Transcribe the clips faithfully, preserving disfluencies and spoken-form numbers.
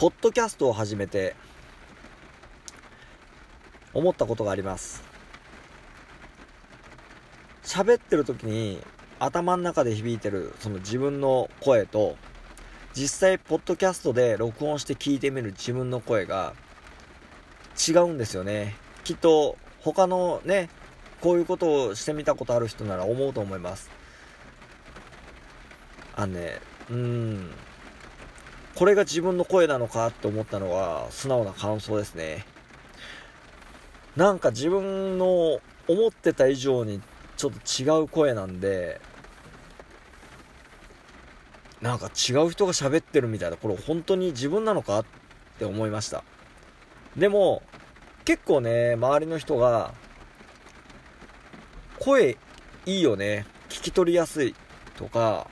ポッドキャストを始めて思ったことがあります。喋ってる時に頭の中で響いてるその自分の声と、実際ポッドキャストで録音して聞いてみる自分の声が違うんですよね。きっと他のね、こういうことをしてみたことある人なら思うと思います。あのね、うーんこれが自分の声なのかって思ったのは素直な感想ですね。なんか自分の思ってた以上にちょっと違う声なんで、なんか違う人が喋ってるみたいな、これ本当に自分なのかって思いました。でも結構ね、周りの人が声いいよね、聞き取りやすいとか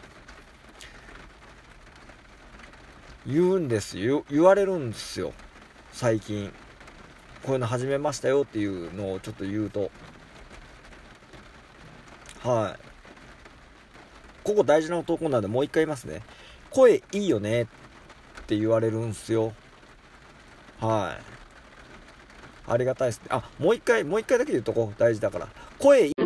言うんですよ、言われるんですよ。最近こういうの始めましたよっていうのをちょっと言うと、はい、ここ大事なとこなんでもう一回言いますね。声いいよねって言われるんすよ。はい、ありがたいですね。あ、もう一回もう一回だけ言うとこ大事だから。声いい。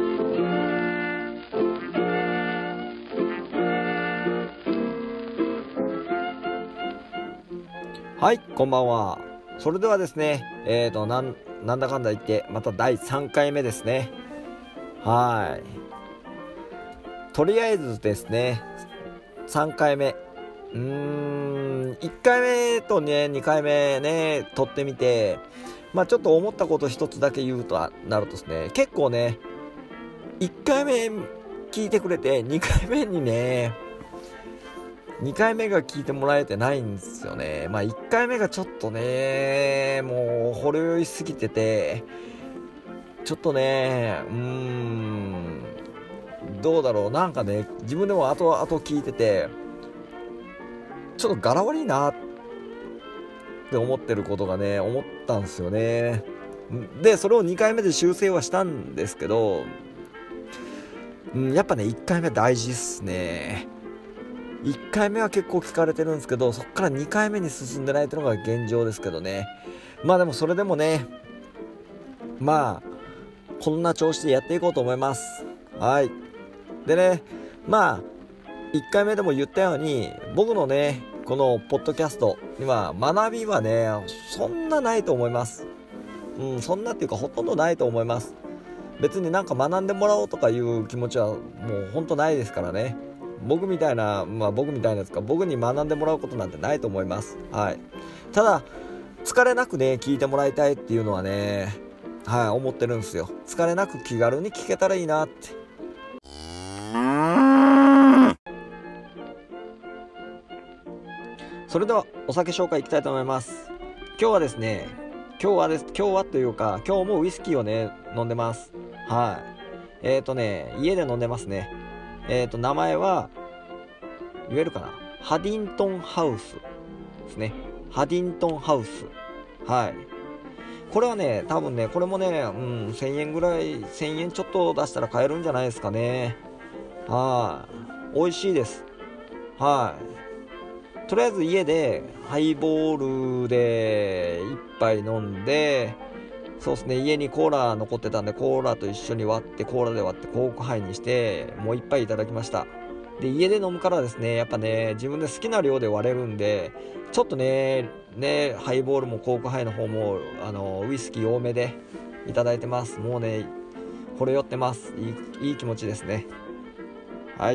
はい、こんばんは。それではですね、えーとなん、なんだかんだ言ってまただいさんかいめですね。はい、とりあえずですね、さんかいめ、うーんいっかいめとねにかいめね撮ってみて、まあちょっと思ったこと一つだけ言うとなるとですね、結構ねいっかいめ聞いてくれてにかいめにねにかいめが聞いてもらえてないんですよね。まあいっかいめがちょっとねもうほろ酔いすぎてて、ちょっとねうーんどうだろう、なんかね自分でも後々聞いててちょっと柄悪いなって思ってることがね思ったんですよね。でそれをにかいめで修正はしたんですけど、うん、やっぱねいっかいめ大事っすね。いっかいめは結構聞かれてるんですけど、そっからにかいめに進んでないっていうのが現状ですけどね。まあでもそれでもね、まあこんな調子でやっていこうと思います。はい。でね、まあいっかいめでも言ったように、僕のねこのポッドキャストには学びはねそんなないと思います。うん、そんなっていうかほとんどないと思います。別になんか学んでもらおうとかいう気持ちはもうほんとないですからね。僕みたいなまあ僕みたいなやつか、僕に学んでもらうことなんてないと思います。はい。ただ疲れなくね聞いてもらいたいっていうのはね、はい、思ってるんですよ。疲れなく気軽に聞けたらいいなって。それではお酒紹介いきたいと思います。今日はですね今日はです今日はというか今日もウイスキーをね飲んでます。はい。えーとね家で飲んでますね。えーと名前は言えるかな、ハディントンハウスですね。ハディントンハウス。はい。これはね多分ねこれもね、うん、せんえんぐらい、せんえんちょっと出したら買えるんじゃないですかね。はい。美味しいです。はい。とりあえず家でハイボールで一杯飲んで、そうですね、家にコーラ残ってたんでコーラと一緒に割ってコーラで割ってコークハイにしてもう一杯いただきました。で家で飲むからですね、やっぱね自分で好きな量で割れるんで、ちょっとねねハイボールもコークハイの方もあのウイスキー多めでいただいてます。もうねこれ酔ってます。いい、いい気持ちですね。はい。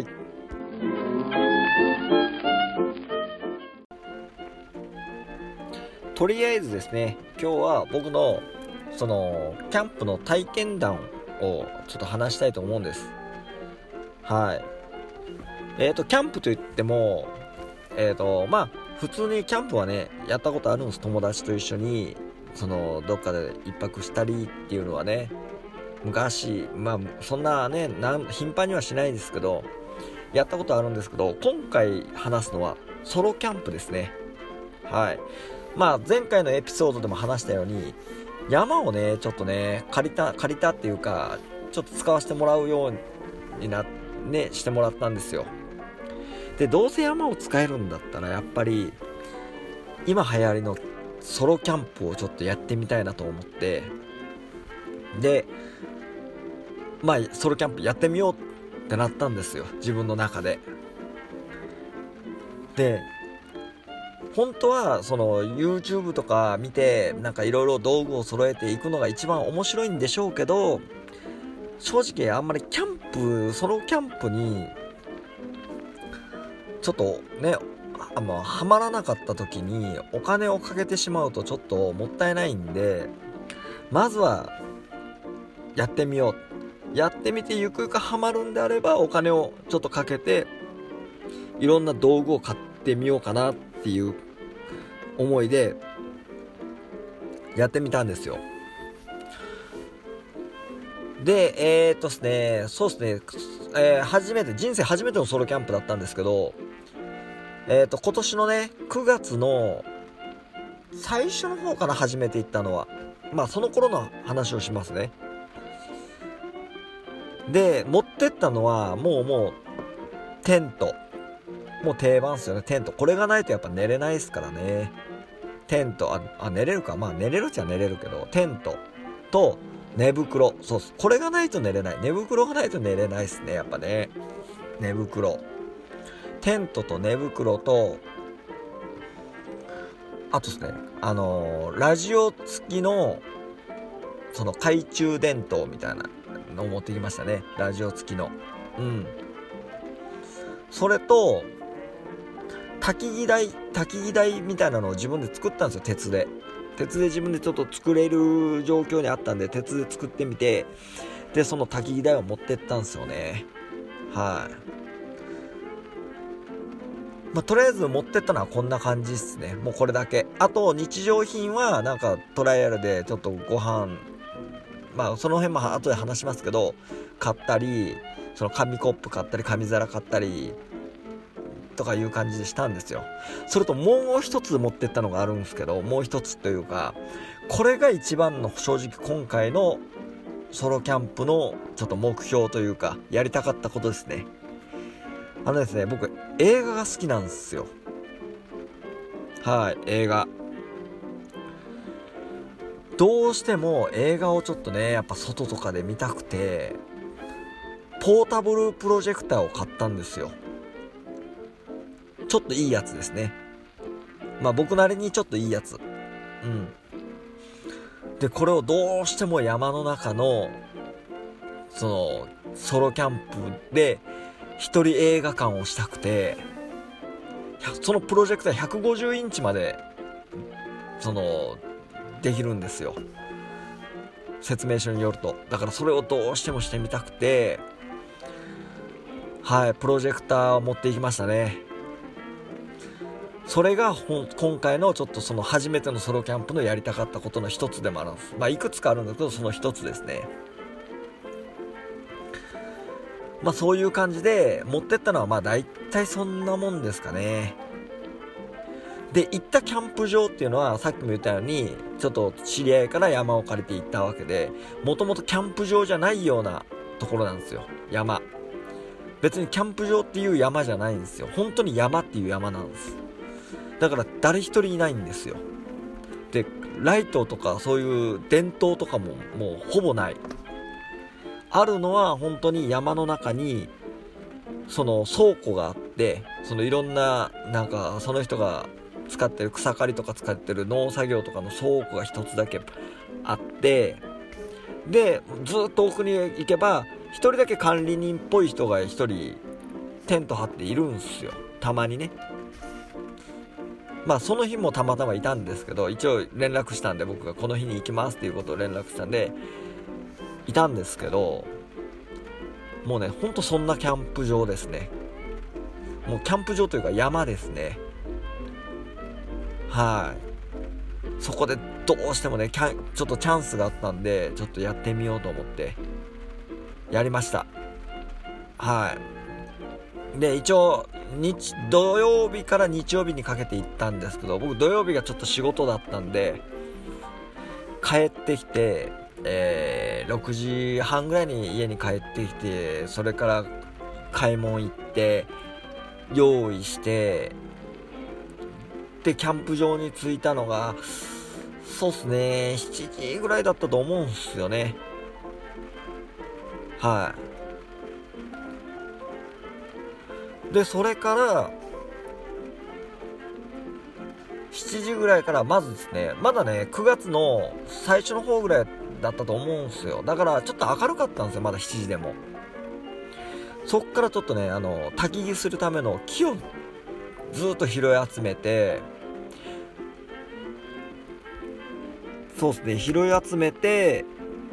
とりあえずですね、今日は僕のそのキャンプの体験談をちょっと話したいと思うんです。はい。えーとキャンプといってもえーとまあ普通にキャンプはねやったことあるんです。友達と一緒にそのどっかで一泊したりっていうのはね昔、まあそんなねなん頻繁にはしないですけどやったことあるんですけど、今回話すのはソロキャンプですね。はい。まあ前回のエピソードでも話したように山をねちょっとね借りた借りたっていうかちょっと使わせてもらうようになねしてもらったんですよ。でどうせ山を使えるんだったらやっぱり今流行りのソロキャンプをちょっとやってみたいなと思って、でまあソロキャンプやってみようってなったんですよ、自分の中で。で本当はその YouTube とか見てなんかいろいろ道具を揃えていくのが一番面白いんでしょうけど、正直あんまりキャンプソロキャンプにちょっとねあまあ、ハマらなかった時にお金をかけてしまうとちょっともったいないんで、まずはやってみよう、やってみてゆくゆくハマるんであればお金をちょっとかけていろんな道具を買ってみようかなっていう思いでやってみたんですよ。でえー、っとですねそうですね、えー、初めて人生初めてのソロキャンプだったんですけど、えー、と今年のねくがつの最初の方から始めていったのは、まあその頃の話をしますね。で持ってったのはもうもうテント、もう定番ですよね、テント。これがないとやっぱ寝れないですからね。テント、ああ寝れるか、まあ寝れるっちゃ寝れるけど、テントと寝袋、そうっす、これがないと寝れない、寝袋がないと寝れないですね、やっぱね。寝袋、テントと寝袋と、あとですね、あのー、ラジオ付きのその懐中電灯みたいなのを持ってきましたね、ラジオ付きの。うんそれと焚き火台焚き火台みたいなのを自分で作ったんですよ、鉄で鉄で自分でちょっと作れる状況にあったんで鉄で作ってみて、でその焚き火台を持ってったんですよね。はいまあ、とりあえず持ってったのはこんな感じですね。もうこれだけ。あと日常品はなんかトライアルでちょっとご飯、まあその辺も後で話しますけど買ったり、その紙コップ買ったり紙皿買ったりとかいう感じでしたんですよ。それともう一つ持ってったのがあるんですけど、もう一つというかこれが一番の正直今回のソロキャンプのちょっと目標というかやりたかったことですね。あのですね、僕映画が好きなんですよ。はい、映画どうしても映画をちょっとねやっぱ外とかで見たくて、ポータブルプロジェクターを買ったんですよ。ちょっといいやつですね。まあ僕なりにちょっといいやつ。うんでこれをどうしても山の中のそのソロキャンプで一人映画館をしたくて、そのプロジェクターひゃくごじゅうインチまでそのできるんですよ、説明書によると。だからそれをどうしてもしてみたくて、はいプロジェクターを持っていきましたね。それが今回のちょっとその初めてのソロキャンプのやりたかったことの一つでもあるんです。まあいくつかあるんだけどその一つですね。まあそういう感じで持ってったのはまあ大体そんなもんですかね。で行ったキャンプ場っていうのはさっきも言ったようにちょっと知り合いから山を借りて行ったわけで、もともとキャンプ場じゃないようなところなんですよ。山、別にキャンプ場っていう山じゃないんですよ。本当に山っていう山なんです。だから誰一人いないんですよ。でライトとかそういう電灯とかももうほぼない。あるのは本当に山の中にその倉庫があって、そのいろんななんかその人が使ってる草刈りとか使ってる農作業とかの倉庫が一つだけあって、でずっと奥に行けば一人だけ管理人っぽい人が一人テント張っているんですよ、たまにね。まあその日もたまたまいたんですけど、一応連絡したんで、僕がこの日に行きますっていうことを連絡したんでいたんですけど、もうねほんとそんなキャンプ場ですね。もうキャンプ場というか山ですね。はいそこでどうしてもねキャンちょっとチャンスがあったんで、ちょっとやってみようと思ってやりました。はいで一応日土曜日から日曜日にかけて行ったんですけど、僕土曜日がちょっと仕事だったんで帰ってきて、えー、ろくじはんぐらいに家に帰ってきて、それから買い物行って用意してでキャンプ場に着いたのがそうっすねしちじぐらいだったと思うんすよね。はいでそれからしちじぐらいからまずですね、まだねくがつの最初の方ぐらいだったと思うんすよ。だからちょっと明るかったんですよ、まだしちじでも。そっからちょっとねあの焚き木するための木をずっと拾い集めて、そうですね拾い集めて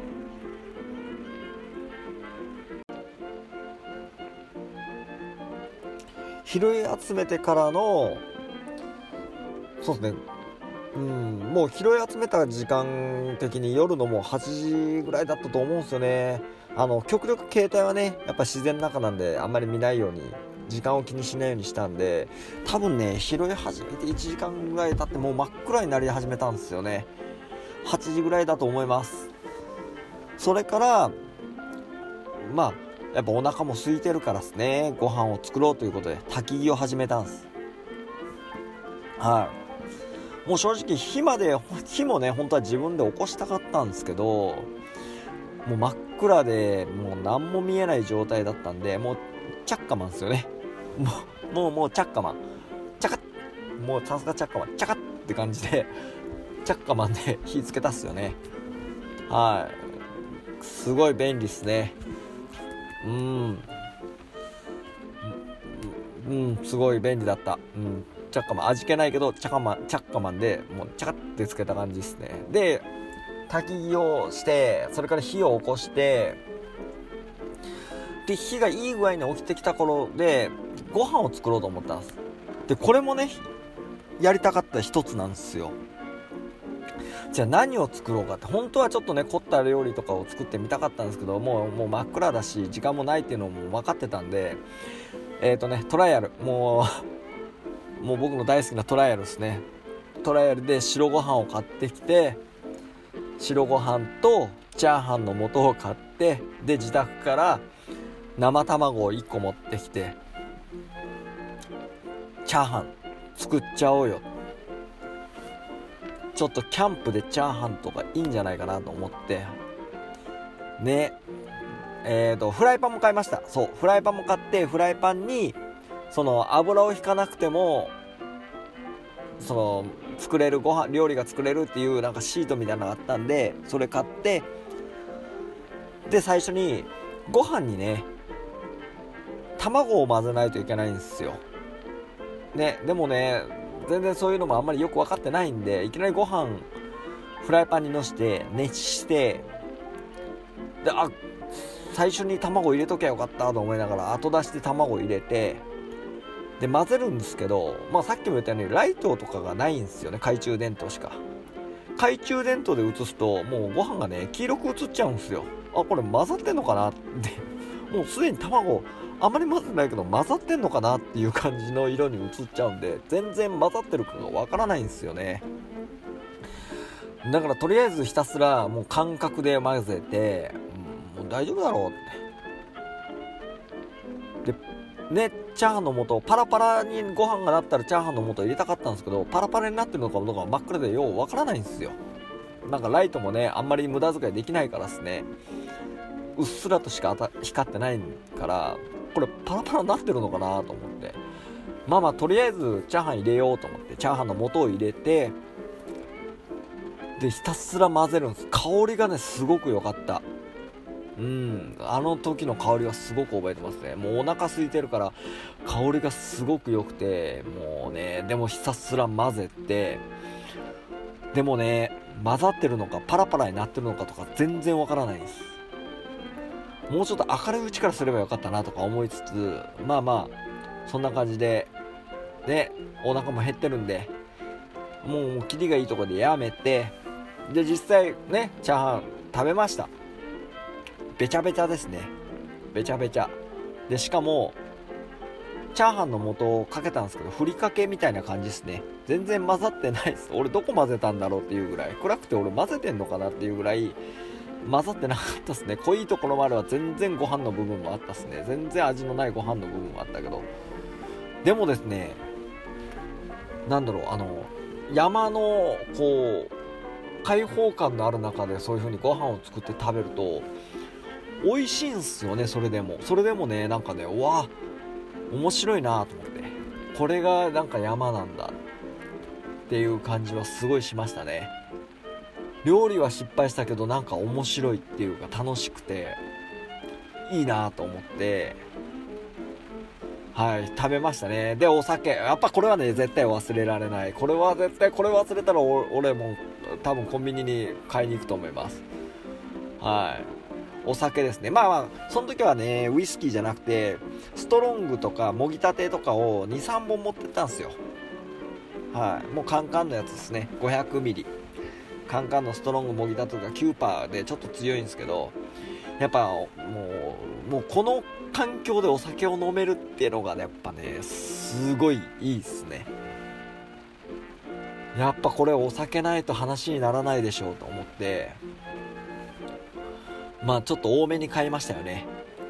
拾い集めてからのそうですねうんもう拾い集めた時間的に夜のもうはちじぐらいだったと思うんですよね。あの極力携帯はねやっぱ自然の中なんであんまり見ないように時間を気にしないようにしたんで、多分ね拾い始めていちじかんぐらい経ってもう真っ暗になり始めたんですよね。はちじぐらいだと思います。それからまあやっぱお腹も空いてるからですね、ご飯を作ろうということで焚き木を始めたんです。はいもう正直火まで火もね本当は自分で起こしたかったんですけど、もう真っ暗でもう何も見えない状態だったんで、もうチャッカマンですよね。もうもうもうチャッカマンチャカッもうさすがチャッカマンチャカッって感じでチャッカマンで火つけたっすよね。はいすごい便利っすね。うんうんすごい便利だった。うんチャッカマン味気ないけどチャカマンチャッカマンでもうチャカってつけた感じですね。で焚き木をしてそれから火を起こしてで火がいい具合に起きてきた頃でご飯を作ろうと思ったんです。でこれもねやりたかった一つなんですよ。じゃあ何を作ろうかって、本当はちょっとね凝った料理とかを作ってみたかったんですけど、もうもう真っ暗だし時間もないっていうのも分かってたんで、えーとねトライアルもうもう僕の大好きなトライアルですね。トライアルで白ご飯を買ってきて、白ご飯とチャーハンの素を買って、で自宅から生卵をいっこ持ってきてチャーハン作っちゃおうよ、ちょっとキャンプでチャーハンとかいいんじゃないかなと思ってね。えーとフライパンも買いました。そうフライパンも買って、フライパンにその油を引かなくてもその作れるご飯料理が作れるっていうなんかシートみたいなのがあったんで、それ買って、で最初にご飯にね卵を混ぜないといけないんですよね。でもね全然そういうのもあんまりよく分かってないんで、いきなりご飯フライパンにのして熱してで、あ最初に卵入れときゃよかったと思いながら後出しで卵入れてで混ぜるんですけど、まあ、さっきも言ったようにライトとかがないんですよね。懐中電灯しか。懐中電灯で映すともうご飯がね黄色く映っちゃうんですよ。あこれ混ざってんのかなってもうすでに卵あまり混ぜてないけど混ざってんのかなっていう感じの色に映っちゃうんで、全然混ざってるかがわからないんですよね。だからとりあえずひたすらもう感覚で混ぜて、うん、もう大丈夫だろうってでね、チャーハンの素パラパラにご飯がなったらチャーハンの素入れたかったんですけど、パラパラになってるのかどうか真っ暗でようわからないんですよ。なんかライトもねあんまり無駄遣いできないからですね、うっすらとしか光ってないからこれパラパラになってるのかなと思って、まあまあとりあえずチャーハン入れようと思ってチャーハンの素を入れて、でひたすら混ぜるんです。香りがねすごく良かった。うんあの時の香りはすごく覚えてますね。もうお腹空いてるから香りがすごく良くて、もうねでもひたすら混ぜて、でもね混ざってるのかパラパラになってるのかとか全然わからないです。もうちょっと明るいうちからすればよかったなとか思いつつ、まあまあそんな感じでねお腹も減ってるんでもうキリがいいところでやめて、で実際ねチャーハン食べました。べちゃべちゃですね。べちゃべちゃで、しかもチャーハンの素をかけたんですけどふりかけみたいな感じですね。全然混ざってないです。俺どこ混ぜたんだろうっていうぐらい暗くて、俺混ぜてんのかなっていうぐらい混ざってなかったですね。濃いところもあれば全然ご飯の部分もあったですね。全然味のないご飯の部分もあったけど、でもですねなんだろう、あの山のこう開放感のある中でそういう風にご飯を作って食べると美味しいんすよね。それでもそれでもね、なんかね、うわ面白いなと思って、これがなんか山なんだっていう感じはすごいしましたね。料理は失敗したけど、なんか面白いっていうか楽しくていいなと思って、はい、食べましたね。で、お酒、やっぱこれはね絶対忘れられない。これは絶対、これ忘れたら俺も多分コンビニに買いに行くと思います。はい、お酒ですね。まあまあその時はねウイスキーじゃなくてストロングとかもぎたてとかを にさんぼん持ってったんですよ。はい、もうカンカンのやつですね。 ごひゃくミリ カンカンのストロングもぎたてとか きゅうパーセント でちょっと強いんですけど、やっぱもうもうこの環境でお酒を飲めるっていうのがね、やっぱねすごいいいっすね。やっぱこれお酒ないと話にならないでしょうと思って、まあちょっと多めに買いましたよね。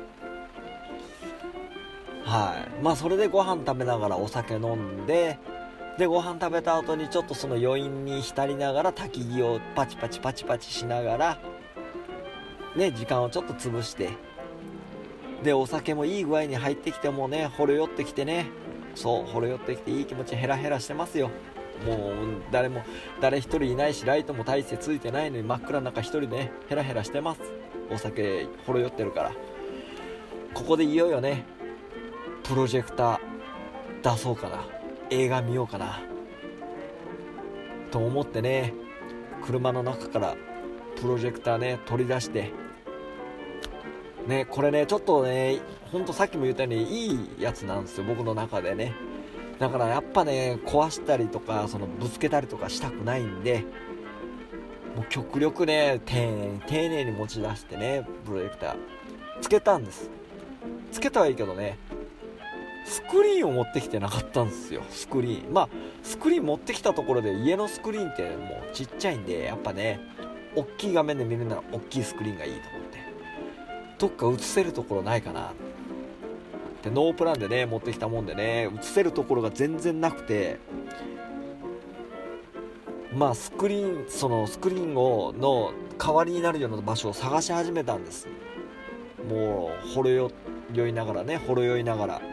はい、まあそれでご飯食べながらお酒飲んで、でご飯食べた後にちょっとその余韻に浸りながら焚き木をパチパチパチパチしながらね、時間をちょっと潰して、でお酒もいい具合に入ってきて、もうねほろ酔ってきてね、そうほろ酔ってきていい気持ちヘラヘラしてますよ。もう誰も誰一人いないし、ライトも大してついてないのに真っ暗な中一人でねヘラヘラしてます。お酒ほろ酔ってるから。ここでいよいよねプロジェクター出そうかな、映画見ようかなと思ってね、車の中からプロジェクターね取り出してね、これねちょっとねほんとさっきも言ったようにいいやつなんですよ、僕の中でね。だからやっぱね壊したりとかそのぶつけたりとかしたくないんで、もう極力ね丁寧に丁寧に持ち出してね、プロジェクターつけたんです。つけたはいいけどね、スクリーンを持ってきてなかったんですよ。スクリーン、まあスクリーン持ってきたところで家のスクリーンってもうちっちゃいんで、やっぱね大きい画面で見るなら大きいスクリーンがいいと思って、どっか映せるところないかなってノープランでね持ってきたもんでね、映せるところが全然なくて、まあスクリーンそのスクリーンをの代わりになるような場所を探し始めたんです。もうほろ酔いながらねほろ酔いながら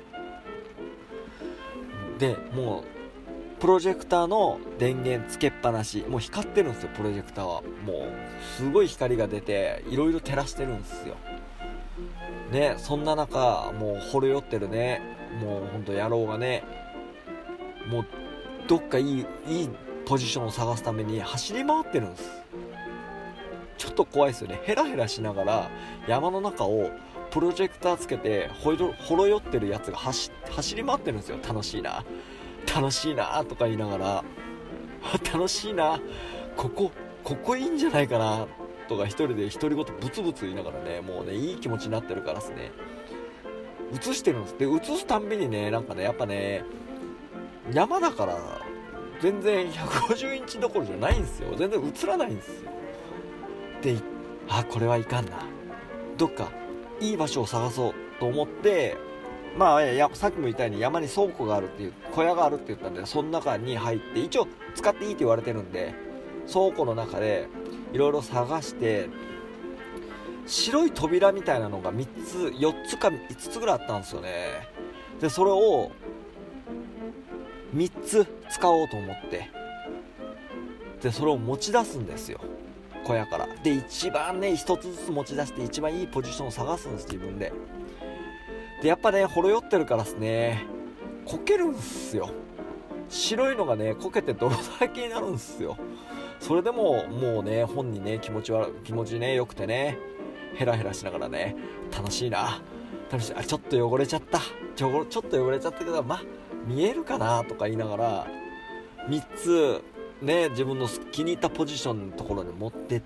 で、もうプロジェクターの電源つけっぱなし、もう光ってるんですよ。プロジェクターはもうすごい光が出ていろいろ照らしてるんですよね。そんな中もうほろ酔ってるね、もうほんと野郎がね、もうどっかいいいいポジションを探すために走り回ってるんです。ちょっと怖いですよね。ヘラヘラしながら山の中をプロジェクターつけてほろほろ酔ってるやつが走走り回ってるんですよ。楽しいな楽しいなとか言いながら楽しいな、ここここいいんじゃないかなとか一人で独り言ブツブツ言いながらね、もうねいい気持ちになってるからですね、映してるんです。で映すたんびにね、なんかねやっぱね山だから全然ひゃくごじゅうインチどころじゃないんですよ。全然映らないんですよ。で、あこれはいかんな、どっかいい場所を探そうと思って、まあやさっきも言ったように山に倉庫があるっていう小屋があるって言ったんで、その中に入って一応使っていいって言われてるんで、倉庫の中でいろいろ探して、白い扉みたいなのがみっつよっつかいつつぐらいあったんですよね。でそれをみっつ使おうと思って、でそれを持ち出すんですよ、小屋から。で一番ねひとつずつ持ち出して一番いいポジションを探すんです、自分で。でやっぱねほろ酔ってるからですね、こけるんすよ。白いのがねこけて泥だらけになるんすよ。それでももうね本人ね気持ちは気持ちね良くてね、ヘラヘラしながらね、楽しいな楽しい、あちょっと汚れちゃったちょちょっと汚れちゃったけど、ま見えるかなとか言いながらみっつね自分の気に入ったポジションのところに持ってって、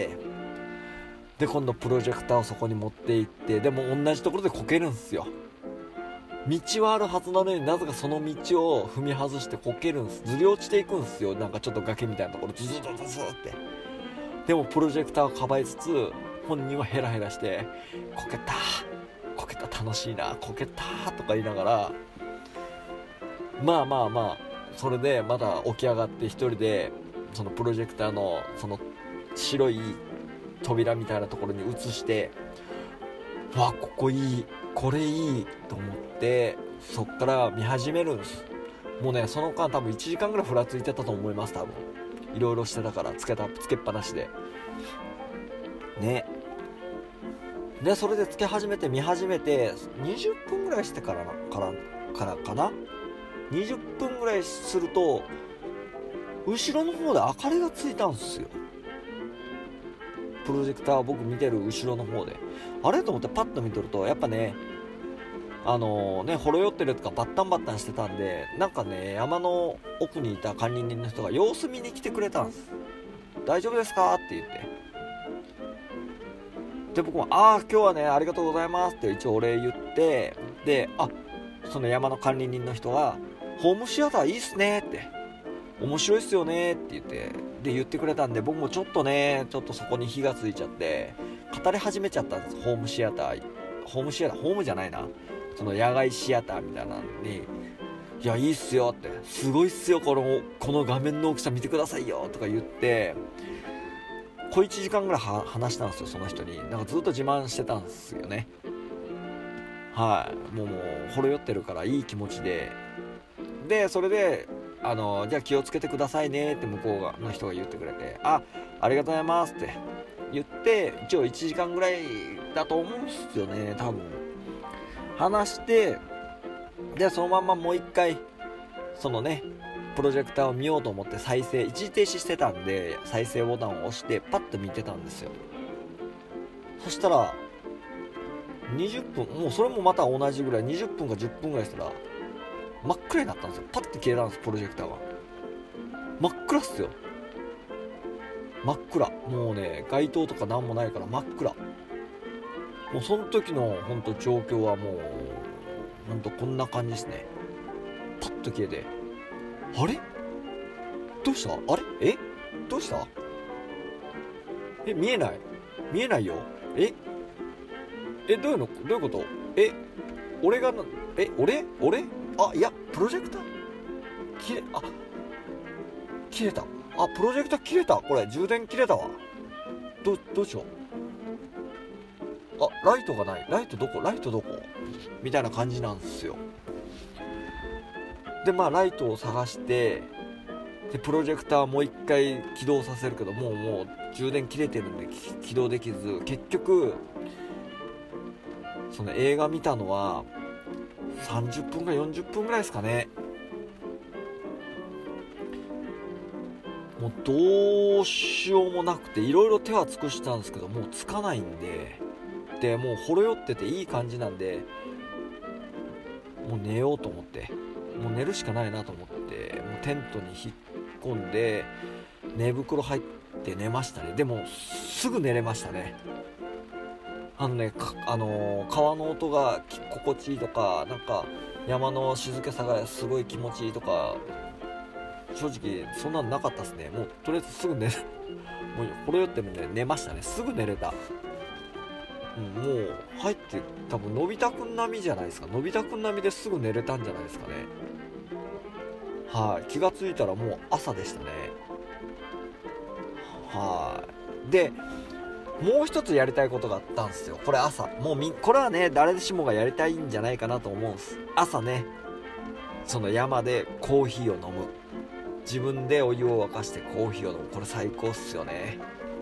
で今度プロジェクターをそこに持っていって、でも同じところでこけるんですよ。道はあるはずなのになぜかその道を踏み外してこけるんです。ずり落ちていくんですよ。なんかちょっと崖みたいなところズズズズズって。でもプロジェクターをかばいつつ本人はヘラヘラしてこけたこけた楽しいなこけたとか言いながら、まあまあまあそれでまた起き上がって一人でそのプロジェクターのその白い扉みたいなところに映して、わここいい、これいいと思って、そっから見始めるんです。もうねその間多分いちじかんぐらいふらついてたと思います。多分いろいろしてたから、つけたつけっぱなしでね。でそれでつけ始めて見始めてにじゅっぷんぐらいしてからなからからかなにじゅっぷんぐらいすると後ろの方で明かりがついたんですよ。プロジェクターを僕見てる後ろの方で、あれと思ってパッと見とると、やっぱねあのー、ねほろ酔ってるとかバッタンバッタンしてたんで、なんかね山の奥にいた管理人の人が様子見に来てくれたんです。大丈夫ですかって言って、で僕もああ今日はねありがとうございますって一応お礼言って、であその山の管理人の人がホームシアターいいっすねって面白いっすよねって言ってで言ってくれたんで、僕もちょっとねちょっとそこに火がついちゃって語り始めちゃったんです。ホームシアターホームシアターホームじゃないなその野外シアターみたいなのに、いやいいっすよって、すごいっすよこのこの画面の大きさ見てくださいよとか言って小いちじかんぐらいは話したんですよ。その人になんかずっと自慢してたんですよね。はいもうもうほろ酔ってるからいい気持ちで、でそれであのじゃあ気をつけてくださいねって向こうの人が言ってくれて、あありがとうございますって言って、一応いちじかんぐらいだと思うんですよね多分話して、でそのまんまもう一回そのねプロジェクターを見ようと思って再生一時停止してたんで再生ボタンを押してパッと見てたんですよ。そしたらにじゅっぷん、もうそれもまた同じぐらいにじゅっぷんかじゅっぷんぐらいしたら真っ暗になったんですよ。パッと消えたんですプロジェクターが。真っ暗っすよ、真っ暗。もうね街灯とかなんもないから真っ暗。もうその時の本当状況はもう本当こんな感じですね。パッと消えて、あれどうした、あれえどうした、え見えない見えないよ、ええどういうのどういうこと、え俺がなえ俺俺あいやプロジェクター切れあ切れたあプロジェクター切れた、これ充電切れたわ、どどうしよう、あライトがない、ライトどこライトどこみたいな感じなんですよ。でまあライトを探して、でプロジェクターもう一回起動させるけどもうもう充電切れてるんで起動できず、結局その映画見たのはさんじゅっぷんかよんじゅっぷんぐらいですかね。もうどうしようもなくていろいろ手は尽くしたんですけどもうつかないんで、でもうほろ酔ってていい感じなんでもう寝ようと思って、もう寝るしかないなと思ってもうテントに引っ込んで寝袋入って寝ましたね。でもすぐ寝れましたね。あのね、あのー、川の音が心地いいとか、なんか山の静けさがすごい気持ちいいとか、正直そんなのなかったですね。もうとりあえずすぐ寝るもうほろ酔ってもね寝ましたね。すぐ寝れた、うん、もう入って多分のび太くん並みじゃないですか。のび太くん並みですぐ寝れたんじゃないですかね。はい、気がついたらもう朝でしたね。はいでもう一つやりたいことがあったんですよ。これ朝もうみこれはね誰しもがやりたいんじゃないかなと思うんです。朝ねその山でコーヒーを飲む、自分でお湯を沸かしてコーヒーを飲む、これ最高っすよね。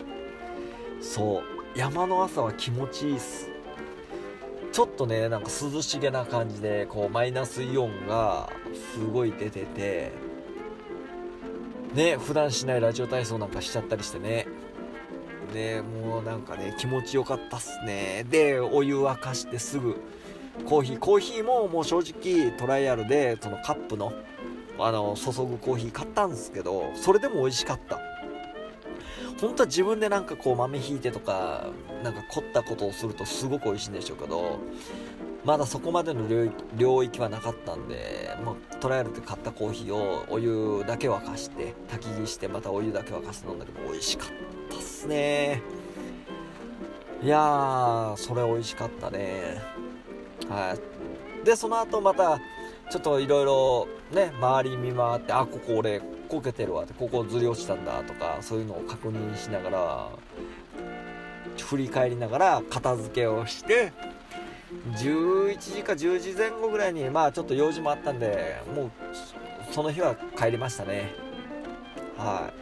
そう山の朝は気持ちいいっす。ちょっとねなんか涼しげな感じでこうマイナスイオンがすごい出ててね、普段しないラジオ体操なんかしちゃったりしてね、ねもうなんかね気持ちよかったっすね。でお湯沸かしてすぐコーヒーコーヒーももう正直トライアルでそのカップのあの注ぐコーヒー買ったんですけど、それでも美味しかった。本当は自分でなんかこう豆ひいてとかなんか凝ったことをするとすごく美味しいんでしょうけど、まだそこまでの領域はなかったんで、まあ、トライアルで買ったコーヒーをお湯だけ沸かして炊き火してまたお湯だけ沸かして飲んだけど美味しかったっすね。いやーそれ美味しかったね。はいでその後またちょっといろいろね周り見回って、あ、ここ俺こけてるわって、ここずり落ちたんだとか、そういうのを確認しながら、振り返りながら片付けをして、じゅういちじかじゅうじぜん後ぐらいに、まあちょっと用事もあったんで、もうその日は帰りましたね。はい、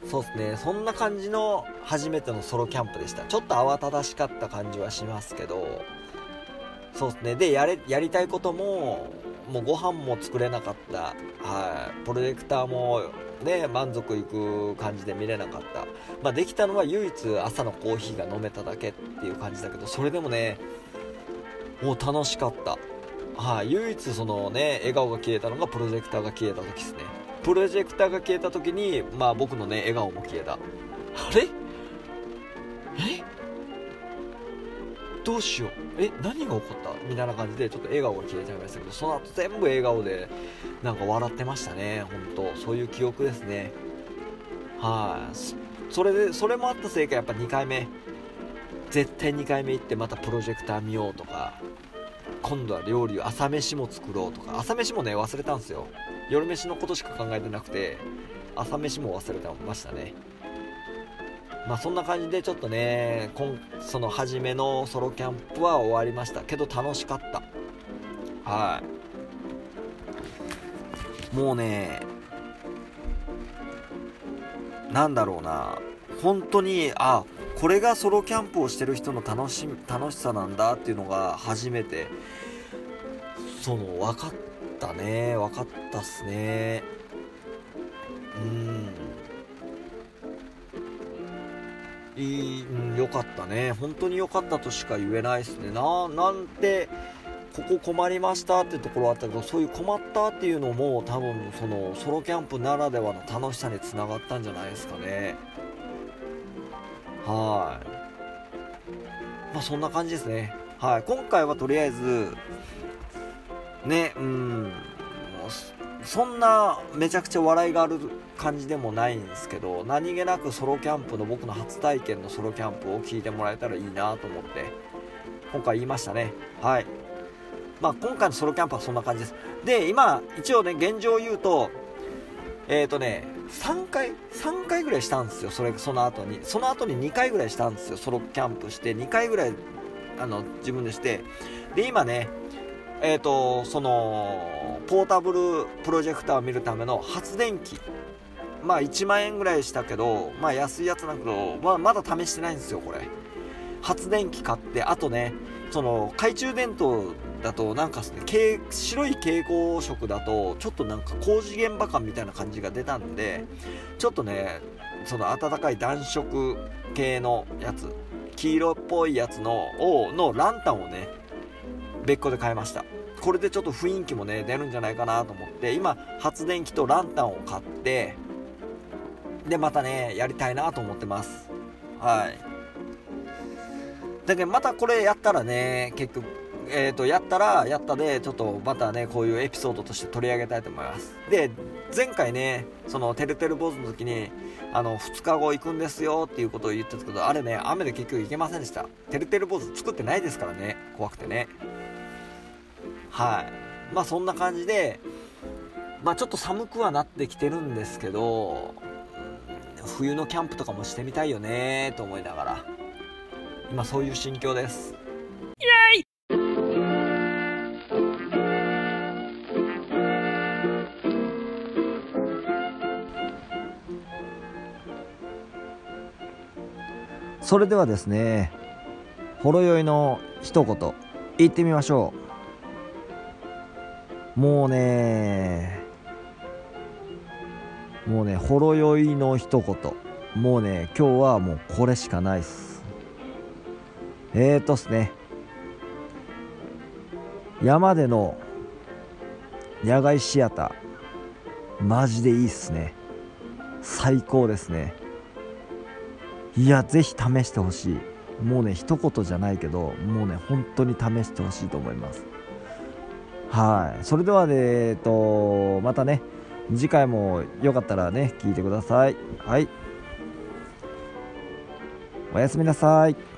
そうですね。そんな感じの初めてのソロキャンプでした。ちょっと慌ただしかった感じはしますけど、そうですね。でやれやりたいことも、もうご飯も作れなかった、はい、プロジェクターもね満足いく感じで見れなかった、まあ、できたのは唯一朝のコーヒーが飲めただけっていう感じだけど、それでもねもう楽しかった。はい、唯一そのね笑顔が消えたのがプロジェクターが消えた時ですね。プロジェクターが消えた時に、まあ僕のね笑顔も消えた。あれえどうしよう、え何が起こったみたいな感じでちょっと笑顔が消えちゃいましたけど、その後全部笑顔でなんか笑ってましたね。本当そういう記憶ですね。はい、それでそれもあったせいか、やっぱにかいめ絶対にかいめ行ってまたプロジェクター見ようとか、今度は料理を朝飯も作ろうとか、朝飯もね忘れたんですよ。夜飯のことしか考えてなくて、朝飯も忘れてましたね。まあそんな感じでちょっとね、今その初めのソロキャンプは終わりましたけど、楽しかった。はい、もうねなんだろうな、本当にあこれがソロキャンプをしてる人の楽し楽しさなんだっていうのが初めてその分かったね。分かったっすね。うんいい、うん、よかったね。本当によかったとしか言えないですね。な、なんてここ困りましたってところあったけど、そういう困ったっていうのも多分そのソロキャンプならではの楽しさにつながったんじゃないですかね。はい、まあそんな感じですね。はい、今回はとりあえずね、うんそんなめちゃくちゃ笑いがある感じでもないんですけど、何気なくソロキャンプの僕の初体験のソロキャンプを聞いてもらえたらいいなと思って今回言いましたね。はい、まあ今回のソロキャンプはそんな感じです。で今一応ね現状を言うと、えーとねさんかいさんかいぐらいしたんですよ。それその後にその後ににかいぐらいしたんですよ。ソロキャンプしてにかいぐらいあの自分でして、で今ねえーとそのポータブルプロジェクターを見るための発電機、まあいちまんえんぐらいしたけど、まあ安いやつなんだけど、まあ、まだ試してないんですよこれ。発電機買って、あとねその懐中電灯だとなんかですね、白い蛍光色だとちょっとなんか工事現場感みたいな感じが出たんで、ちょっとねその暖かい暖色系のやつ、黄色っぽいやつのをのランタンをね別個で買いました。これでちょっと雰囲気もね出るんじゃないかなと思って、今発電機とランタンを買って、でまたねやりたいなと思ってます。はい、だけどまたこれやったらね結局えーとやったらやったでちょっとまたねこういうエピソードとして取り上げたいと思います。で前回ねそのてるてる坊主の時にあのふつかご行くんですよっていうことを言ってたけど、あれね雨で結局行けませんでした。てるてる坊主作ってないですからね、怖くてね。はい、まあそんな感じで、まあちょっと寒くはなってきてるんですけど、冬のキャンプとかもしてみたいよねと思いながら今そういう心境です。イエーイ。それではですね、ほろ酔いの一言言ってみましょう。もうねもうねほろ酔いの一言、もうね今日はもうこれしかないっす。えーとっすね山での野外シアターマジでいいっすね。最高ですね。いやぜひ試してほしい。もうね一言じゃないけどもうね本当に試してほしいと思います。はい、それではねえっとまたね次回もよかったらね聞いてください。はい、おやすみなさい。